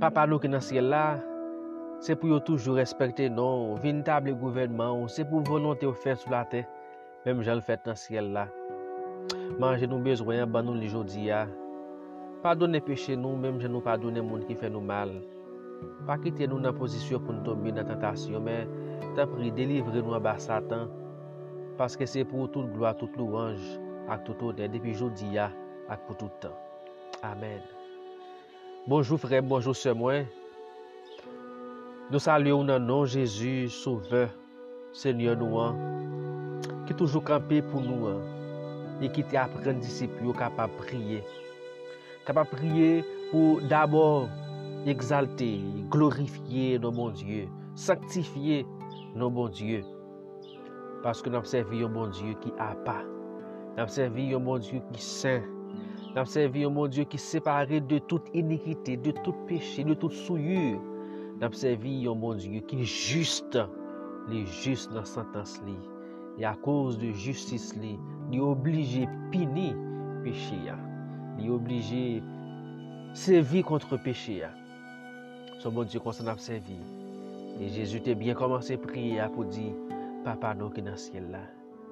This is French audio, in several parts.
Papa nous qui dans le ciel là, c'est pour toujours respecter non, véritable gouvernement, c'est pour volonté au faire sur la terre, même j'ai le fait dans le ciel là. Manger nous besoin, ban nous les jodi a. Pardonnez péché nous, même je nous pardonner monde qui fait nous mal. Pas quitter nous dans position pour nous tomber dans la tentation, mais t'as pris délivrer nous en bas Satan, parce que c'est pour toute gloire, toute louange, avec tout honneur, depuis jodi a, avec pour tout temps. Amen. Bonjour frère, bonjour sœur moi. Nous saluons dans le nom de Jésus, Sauveur, Seigneur nous, qui est toujours campé pour nous, et qui t'apprend disciples capable de prier. Capable de prier pour d'abord exalter, glorifier nos bons Dieu, sanctifier nos bons Dieu. Parce que nous avons servi un bon Dieu qui a pas. Nous avons servi un bon Dieu qui est saint. Nous avons servi un bon Dieu qui est séparé de toute iniquité, de tout péché, de toute souillure. Nous avons servi un bon Dieu qui est juste, les justes dans la sentence. Et à cause de justice, il est obligé de punir le péché. Il est obligé de servir contre le péché. Ce bon Dieu qu'on s'en a servi. Et Jésus t'a bien commencé à prier pour dire, Papa nous qui est dans le ciel là,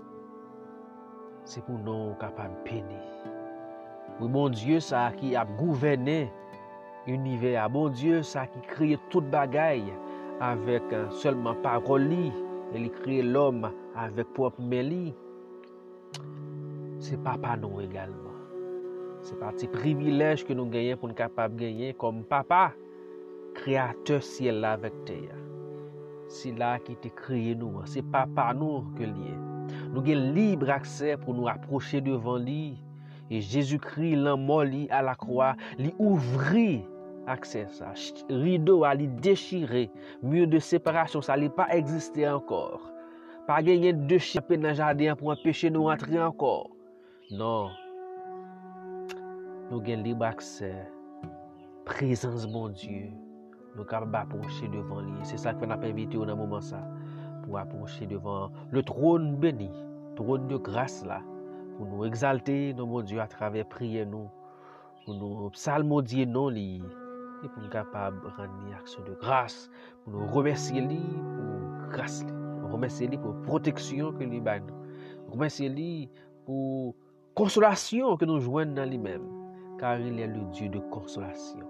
c'est pour nous capables de bénir. Oui, bon Dieu, ça qui a gouverné l'univers, bon Dieu, ça qui crée toute bagaille avec seulement parole, il crée l'homme avec propre mêli. C'est Papa nous également. C'est parti privilège que nous gagnons pour nous capables de gagner comme Papa, créateur ciel là avec terre. C'est là qui t'a créé nous, c'est Papa nous que lié. Nous avons libre accès pour nous approcher devant lui. Et Jésus-Christ, l'amour à la croix, lui ouvrit accès ça. Rideau à lui déchirer. Mur de séparation, ça n'a pas existé encore. Pas gagner deux chiens dans le jardin pour empêcher nous rentrer encore. Non. Nous avons libre accès. Présence, mon Dieu. Nous sommes capables d'approcher devant lui. C'est ça que nous avons invité dans ce moment ça. Pour approcher devant le trône béni, trône de grâce là. Pour nous exalter, mon Dieu, à travers prier nous. Pour nous psalmodier non li. Et pour nous capables de rendre action de grâce. Pour nous remercier lui pour grâce. Remercier lui pour protection que lui donne. Remercier lui pour consolation que nous joignons dans lui-même. Car il est le Dieu de consolation.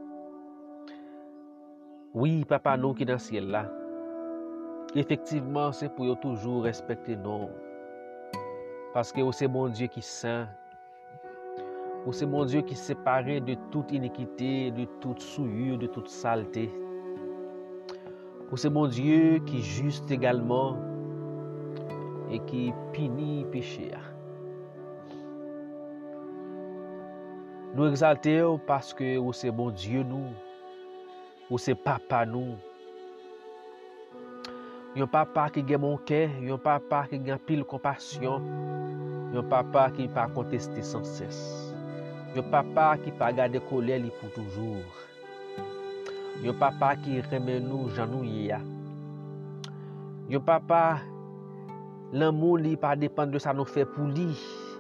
Oui, Papa, nous qui est dans le ciel là. Effectivement, c'est pour toujours respecter nous. Parce que c'est mon Dieu qui est saint. C'est mon Dieu qui est séparé de toute iniquité, de toute souillure, de toute saleté. C'est mon Dieu qui est juste également et qui punit le péché. Nous exaltons parce que c'est bon Dieu nous. C'est Papa nous. Un papa qui a mon cœur, un papa qui a pile compassion, un papa qui ne pas contester sans cesse. Un papa qui ne pas garder colère pour toujours. Un papa qui remet nous janouiller. Un papa, l'amour ne pas dépendre de ça nous fait pour lui.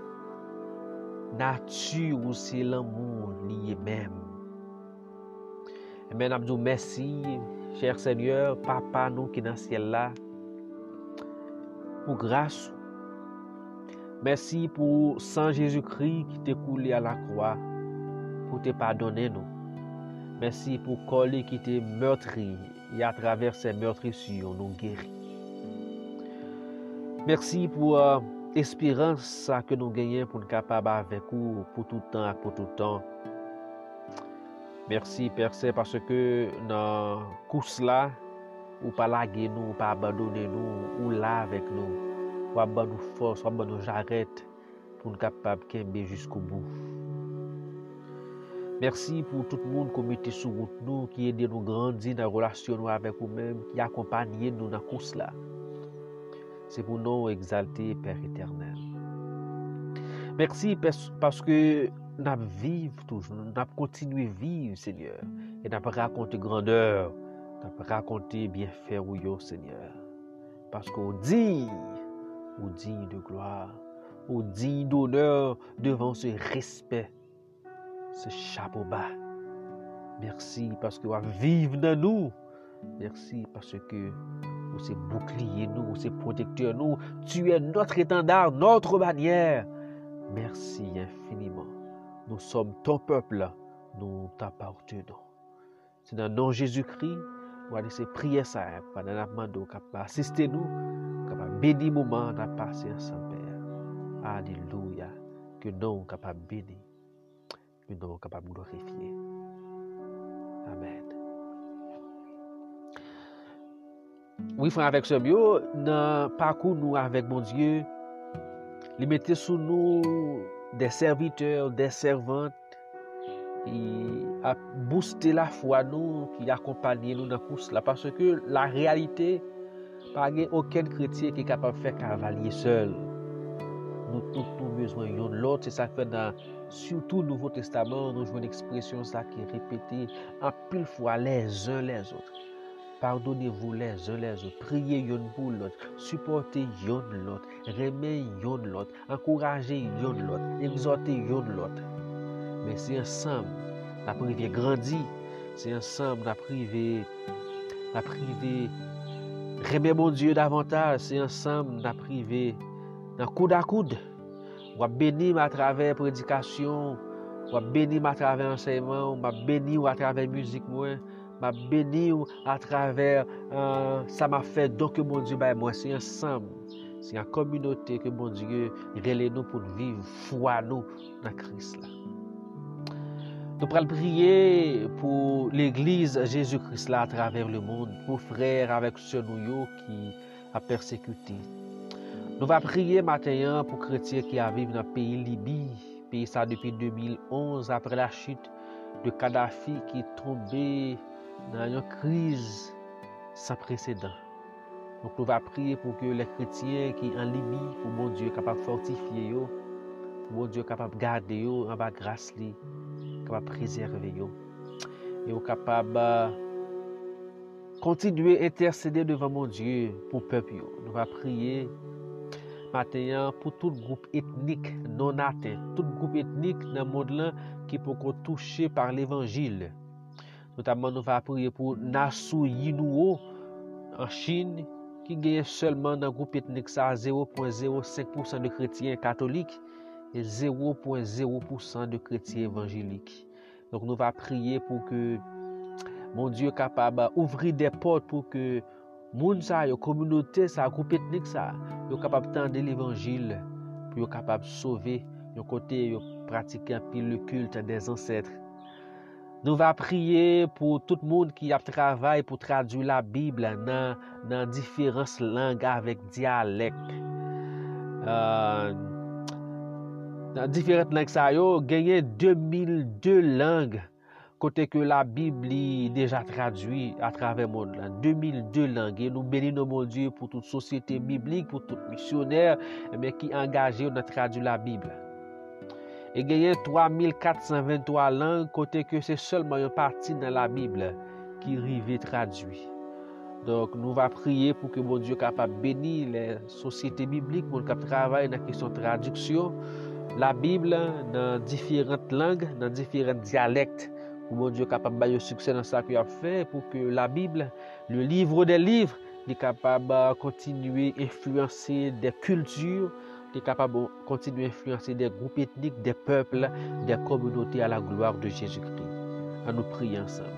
Nature ou c'est l'amour lui-même. Amen, Abdou, merci, cher Seigneur, Papa, nous qui dans le ciel là, pour grâce. Merci pour sang Jésus-Christ qui t'est coulé à la croix, pour te pardonner nous. Merci pour coller qui t'est meurtri, et à travers ces meurtrissures, nous guéris. Merci pour l'espérance que nous gagnons pour nous capables avec vous, pour tout temps et pour tout temps. Merci, Père Saint, parce que dans la course là, ou pas laguer nous, ou pas abandonner nous, ou là avec nous, ou abandonner nous force, ou abandonner nous jarrette, pour nous capables de kembe jusqu'au bout. Merci pour tout le monde qui met sur route nous, qui aide nous grandir dans la relation avec nous-mêmes, qui accompagne nous dans la course là. C'est pour nous exalter, Père éternel. Merci parce que nous vivons toujours, nous continuons à vivre, Seigneur. Et nous raconter grandeur, nous raconter bienfait, Seigneur. Parce qu'on dit de gloire, on dit d'honneur devant ce respect, ce chapeau bas. Merci parce que vous vivez dans nous. Merci parce que vous c'est bouclier nous, vous c'est protecteur nous. Tu es notre étendard, notre bannière. Merci infiniment. Nous sommes ton peuple, nous t'appartenons. C'est dans le nom de Jésus-Christ, on va laisser prier ça, pendant la demande, capable assister nous, capable bénir le moment, on a passé ensemble, Père. Alléluia. Que nous capable bénir, que nous capable glorifier. Amen. Oui, frère, avec ce bio, dans parcours nous avec mon Dieu, il mettait sous nous des serviteurs, des servantes, qui a boosté la foi nous, qui accompagne nous dans la course là, parce que la réalité, pas aucun chrétien qui est capable de faire cavalier seul. Nous tous nous besoin de l'autre, c'est ça que fait dans surtout le Nouveau Testament, nous jouons une expression ça qui est répétée en pile fois les uns les autres. Pardonnez-vous les uns les autres, priez yon pour l'autre, supportez yon l'autre, remettez yon l'autre, encouragez yon l'autre, exhortez yon l'autre. Mais c'est ensemble, la privé grandit, c'est ensemble, la privé remet mon Dieu davantage, c'est ensemble, la privé dans coude à coude. On va bénir à travers prédication, on va bénir à travers enseignement, on va bénir à travers musique, moi, on va bénir à travers ça m'a fait donc que mon Dieu, moi, c'est ensemble. C'est en communauté que mon Dieu relève nous pour vivre foi nous dans Christ là. Nous allons prier pour l'Église Jésus-Christ là à travers le monde, pour frères avec ceux nous qui a persécuté. Nous allons prier maintenant pour les chrétiens qui vivent dans le pays Libye, pays ça depuis 2011 après la chute de Kadhafi qui est tombé dans une crise sans précédent. Donc nous allons prier pour que les chrétiens qui sont en Libye, pour mon Dieu capable de fortifier eux, pour mon Dieu capable de garder eux en bas grâce li, capable de préserver eux, et capable de continuer à intercéder devant mon Dieu pour le peuple. Nous allons prier maintenant pour tout groupe ethnique non atteint, tout groupe ethnique dans le monde là qui peut être touché par l'évangile. Notamment, nous allons prier pour Nassau Yinuo en Chine, qui gagne seulement dans le groupe ethnique ça 0,05% de chrétiens catholiques et 0,0% de chrétiens évangéliques. Donc, nous allons prier pour que mon Dieu capable d'ouvrir des portes pour que moun sa yo communauté sa groupe ethnique ça yo capable tendre l'évangile pour yo capable sauver yo côté yo pratiquer un peu le culte des ancêtres. Nous va prier pour tout le monde qui a travaillé pour traduire la Bible dans différentes langues avec dialecte. Dans différentes langues ça yo gagné 2002 langues. Côté que la Bible est déjà traduite à travers le monde, 2002 langues. Et nous bénissons mon Dieu pour toute société biblique, pour tout missionnaire qui est engagé dans traduire la Bible. Et il y a 3423 langues, côté que c'est seulement une partie dans la Bible qui arrive traduit. Donc nous allons prier pour que mon Dieu soit capable de bénir les sociétés bibliques, pour qu'ils travaillent dans la question de traduction, la Bible dans différentes langues, dans différents dialectes. Pour mon Dieu capable de succès dans ça qu'il a fait, pour que la Bible, le livre des livres, est capable de continuer à influencer des cultures, est capable de continuer à influencer des groupes ethniques, des peuples, des communautés à la gloire de Jésus-Christ. À nous prier ensemble.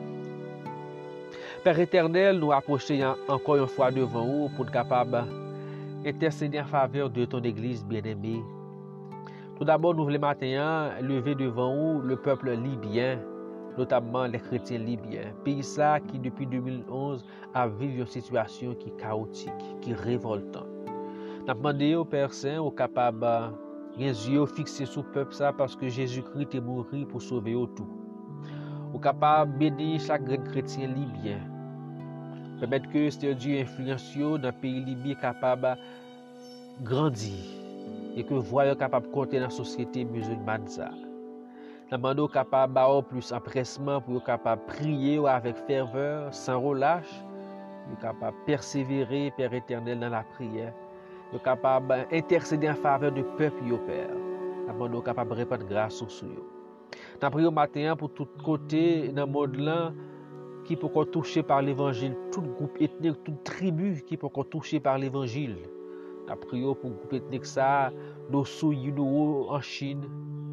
Père éternel, nous approchons encore une fois devant vous pour être capable d'intercéder en faveur de ton Église bien-aimée. Tout d'abord, nous voulons maintenant lever devant vous le peuple libyen, notamment les chrétiens libyens. Pays ça qui depuis 2011 a vécu une situation qui est chaotique, qui est révoltante. Nous avons demandé au Père Saint, au capable, les yeux fixés sur le peuple ça parce que Jésus-Christ est mort pour sauver tout. Au capable de bénir chaque grand chrétien libyen. Permettre que ce Dieu influence dans le pays libyen capable de grandir et que voyons capable de compter dans la société musulmane ça. Nous demandons capable d'avoir plus empressement pour capable prier avec ferveur, sans relâche, capable de persévérer, Père éternel, dans la prière, capable d'intercéder en faveur du peuple, Père. Nous demandons capable de répandre grâce sur eux. Nous prions matin pour tout côté dans le monde là qui peut être touché par l'évangile, tout groupe ethnique, toute tribu qui peut être touché par l'évangile. Nous prions pour le groupe ethnique ça, nos Suyuno en Chine,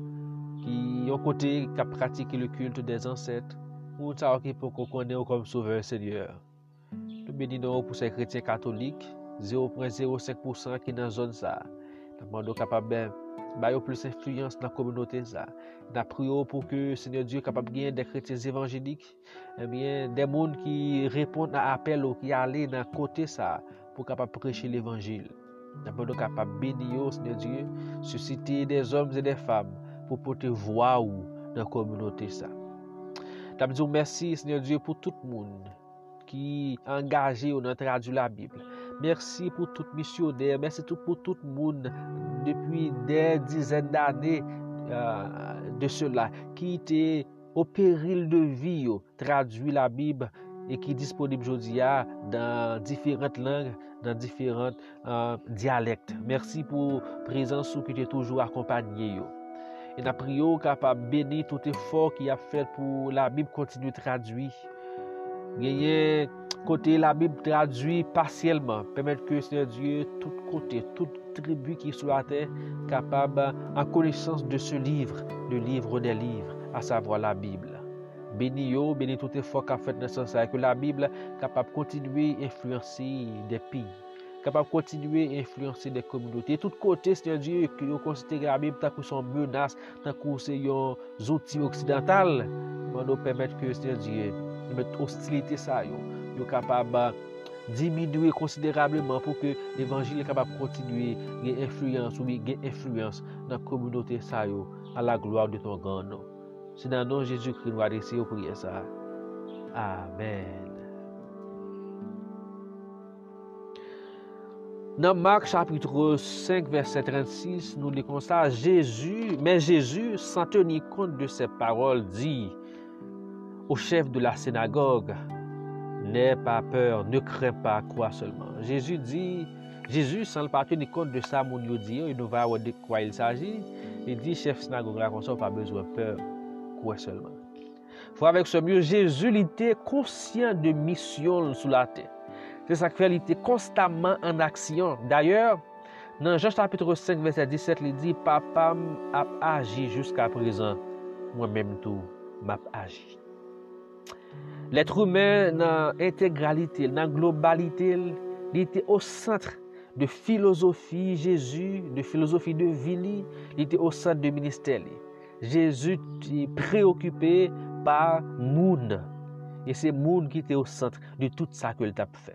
qui ont côté qui a pratiqué le culte des ancêtres, ou ça qui peut connaître comme sauveur Seigneur. Nous bénissons pour ces chrétiens catholiques, 0,05% qui dans la zone ça. Nous demandons capable de plus d'influence dans la communauté ça. Nous prions pour que Seigneur Dieu capable de gagner des chrétiens évangéliques, eh bien des gens qui répondent à l'appel ou qui allaient dans côté ça pour capable prêcher l'évangile. Nous demandons capable de bénir Seigneur Dieu, susciter des hommes et des femmes pour porter voix ou dans la communauté ça. Nous disons merci Seigneur Dieu pour tout le monde qui est engagé dans traduire la Bible. Merci pour tout missionnaire, merci pour tout le monde depuis des dizaines d'années de cela qui était au péril de vie traduit la Bible et qui est disponible aujourd'hui dans différentes langues, dans différents dialectes. Merci pour la présence qui est toujours accompagné. Et nous prions capable de bénir tout effort qui a fait pour la Bible continuer traduire. Gagner côté la Bible traduit partiellement, permettre que Seigneur Dieu, tout côté, toute tribu qui est sur la terre, capable en connaissance de ce livre, le livre des livres, à savoir la Bible. Bénis tout effort qu'a fait dans ce sens, que la Bible capable de continuer à influencer des pays, capable de continuer à influencer des communautés. Tout côté, Seigneur Dieu, que nous considérons la Bible tant que son menace, tant que c'est un outil occidental, nous permettre que Seigneur Dieu, notre hostilité ça yo capable de diminuer considérablement pour que l'évangile est capable de continuer à influence ou influence dans la communauté ça yo à la gloire de ton grand nom. C'est dans le nom de Jésus-Christ nous adresser aux prières ça. Amen. Dans Marc chapitre 5 verset 36, nous lisons ça, mais Jésus, sans tenir compte de ces paroles, dit au chef de la synagogue, n'aie pas peur, ne crains pas, crois seulement. Jésus, sans le tenir compte de ça, mon Dieu dit, il nous va voir de quoi il s'agit. Il dit, chef synagogue, là, comme ça, pas besoin de peur, crois seulement. Frère, avec ce mieux, Jésus, il était conscient de mission sur la terre. C'est ça qu'il était constamment en action. D'ailleurs, dans Jean chapitre 5, verset 17, il dit, papa a agi jusqu'à présent, moi-même tout m'a agi. L'être humain dans l'intégralité, dans la globalité, il était au centre de philosophie Jésus, de philosophie de vie, il était au centre du ministère. Jésus était préoccupé par le monde. Et c'est le monde qui était au centre de tout ça qu'il a fait.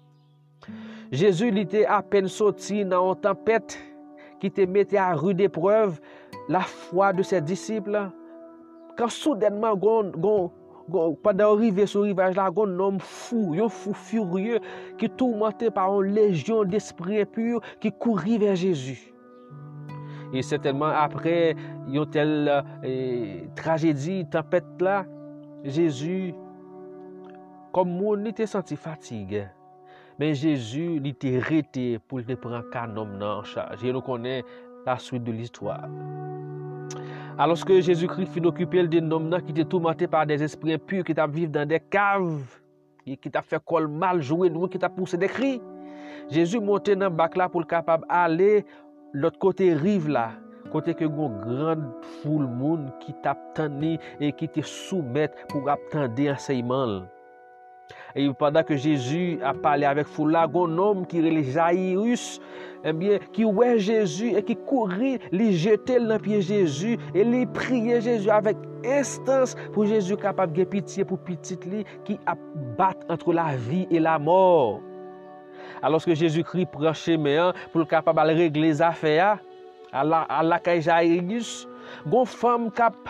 Jésus il était à peine sorti dans une tempête qui te mettait à rude épreuve la foi de ses disciples. Quand soudainement, pendant arriver sur le rivage, là, un homme fou, un fou furieux, qui tourmenté par une légion d'esprits impurs qui courait vers Jésus. Et certainement après une telle tragédie, tempête là, Jésus, comme mon était senti fatigue, mais Jésus il était arrêté pour le prendre un homme en charge. Et nous connaissons la suite de l'histoire. Alors que Jésus-Christ fut occupé d'un homme qui était tourmenté par des esprits impurs, qui t'a vivre dans des caves, et qui t'a fait col mal jouer, qui t'a poussé des cris. Jésus montait dans le bac là pour le capable aller l'autre côté rive là, côté que une grande foule monde qui t'attendait et qui te soumet pour attendre enseignement. Et pendant que Jésus a parlé avec foule là, un homme qui est Jairus, eh bien, qui voit Jésus et qui courait, lui jeter dans pied Jésus et lui prier Jésus avec instance pour Jésus capable de pitié pour petit lui qui a battu entre la vie et la mort. Alors que Jésus-Christ prend chemin pour le capable de régler les affaires à la Jairus, une femme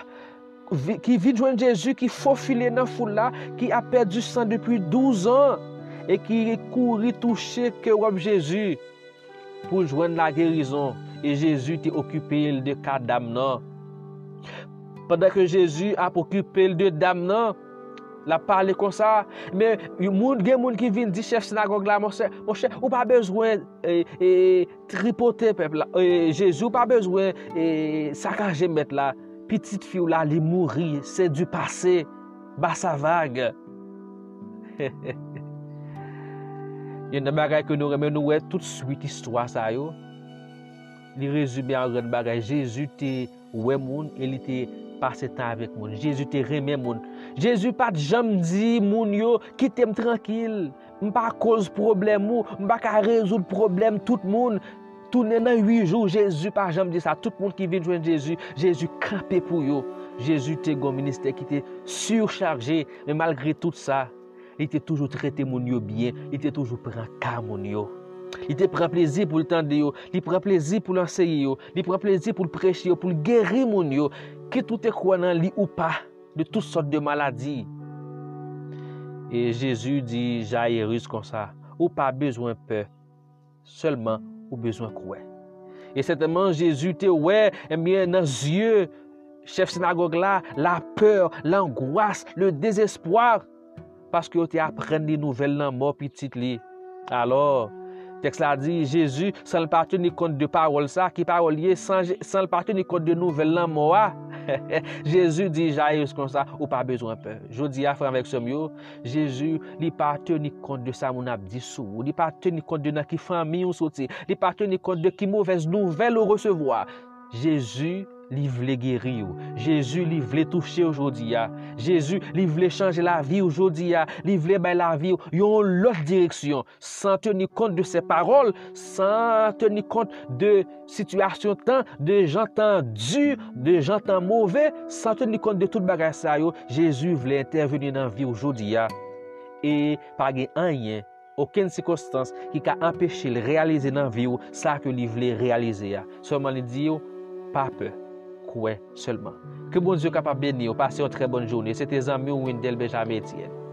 qui vit joindre Jésus, qui faufilé dans la foule là, qui a perdu sang depuis 12 ans et qui courit toucher cœur de Jésus pour joindre la guérison. Et Jésus était occupé de cas d'âme. Pendant que Jésus a occupé de dame, la parlé comme ça, mais il y a des gens qui viennent dire chef synagogue là, mon cher, ou pas besoin tripoter peuple là, Jésus pas besoin saccager mettre là. petite fille là, elle mourit, c'est du passé, bah sa vague. Il y a des bagages que nous remenons tout de suite histoire ça yo. Il résume en grande bagage. Jésus était ouais moun, il était passé temps avec moun. Jésus était remet moun. Jésus pas de jamais dit moun yo quittez-moi tranquille. M'pas cause problème ou, m'pas ka résoudre problème tout le monde. Tourner dans 8 jours, Jésus pas jamais dit ça. Tout le monde qui vient joindre Jésus, Jésus campé pour yo. Jésus était un ministère qui était surchargé, mais malgré tout ça, il était toujours traité moun yo bien, il était toujours prend cas moun yo. Il te prend plaisir pour le temps de yo, il prend plaisir pour l'enseigner yo, il prend plaisir pour le prêcher yo, pour le guérir moun yo, que tout est quoi dans lui ou pas, de toutes sortes de maladies. Et Jésus dit Jairus comme ça, ou pas besoin de peur, seulement ou besoin de croire. Et certainement Jésus te ouais, eh bien dans les yeux chef synagogue là, la peur, l'angoisse, le désespoir parce que tu apprends des nouvelles dans mort petite li. Alors texte là dit Jésus sans le pas tenir compte de parole ça qui parole sans le pas tenir compte de nouvelles dans mort. Jésus dit Jairus comme ça ou pas besoin peur. Je dis à frère avec ce mieux, Jésus il pas tenir compte de ça mon a dit sou, il pas tenir compte de qui famille ou sorti, il pas tenir compte de qui mauvaise nouvelle au recevoir. Jésus il voulait guérir. Jésus il voulait toucher aujourd'hui. Jésus il voulait changer la vie aujourd'hui. Il voulait mettre la vie dans l'autre direction. Sans tenir compte de ses paroles, sans tenir compte de situations tant, de gens tant durs, de gens tant mauvais, sans tenir compte de tout bagage ça. Jésus voulait intervenir dans la vie aujourd'hui. Et pas rien, aucune circonstance qui a empêché de réaliser dans la vie ça que il voulait réaliser. Seulement il dit pas peur. Seulement. Que bon Dieu capable de bénir, passer une très bonne journée. C'était Zami Wendel Benjamin Etienne.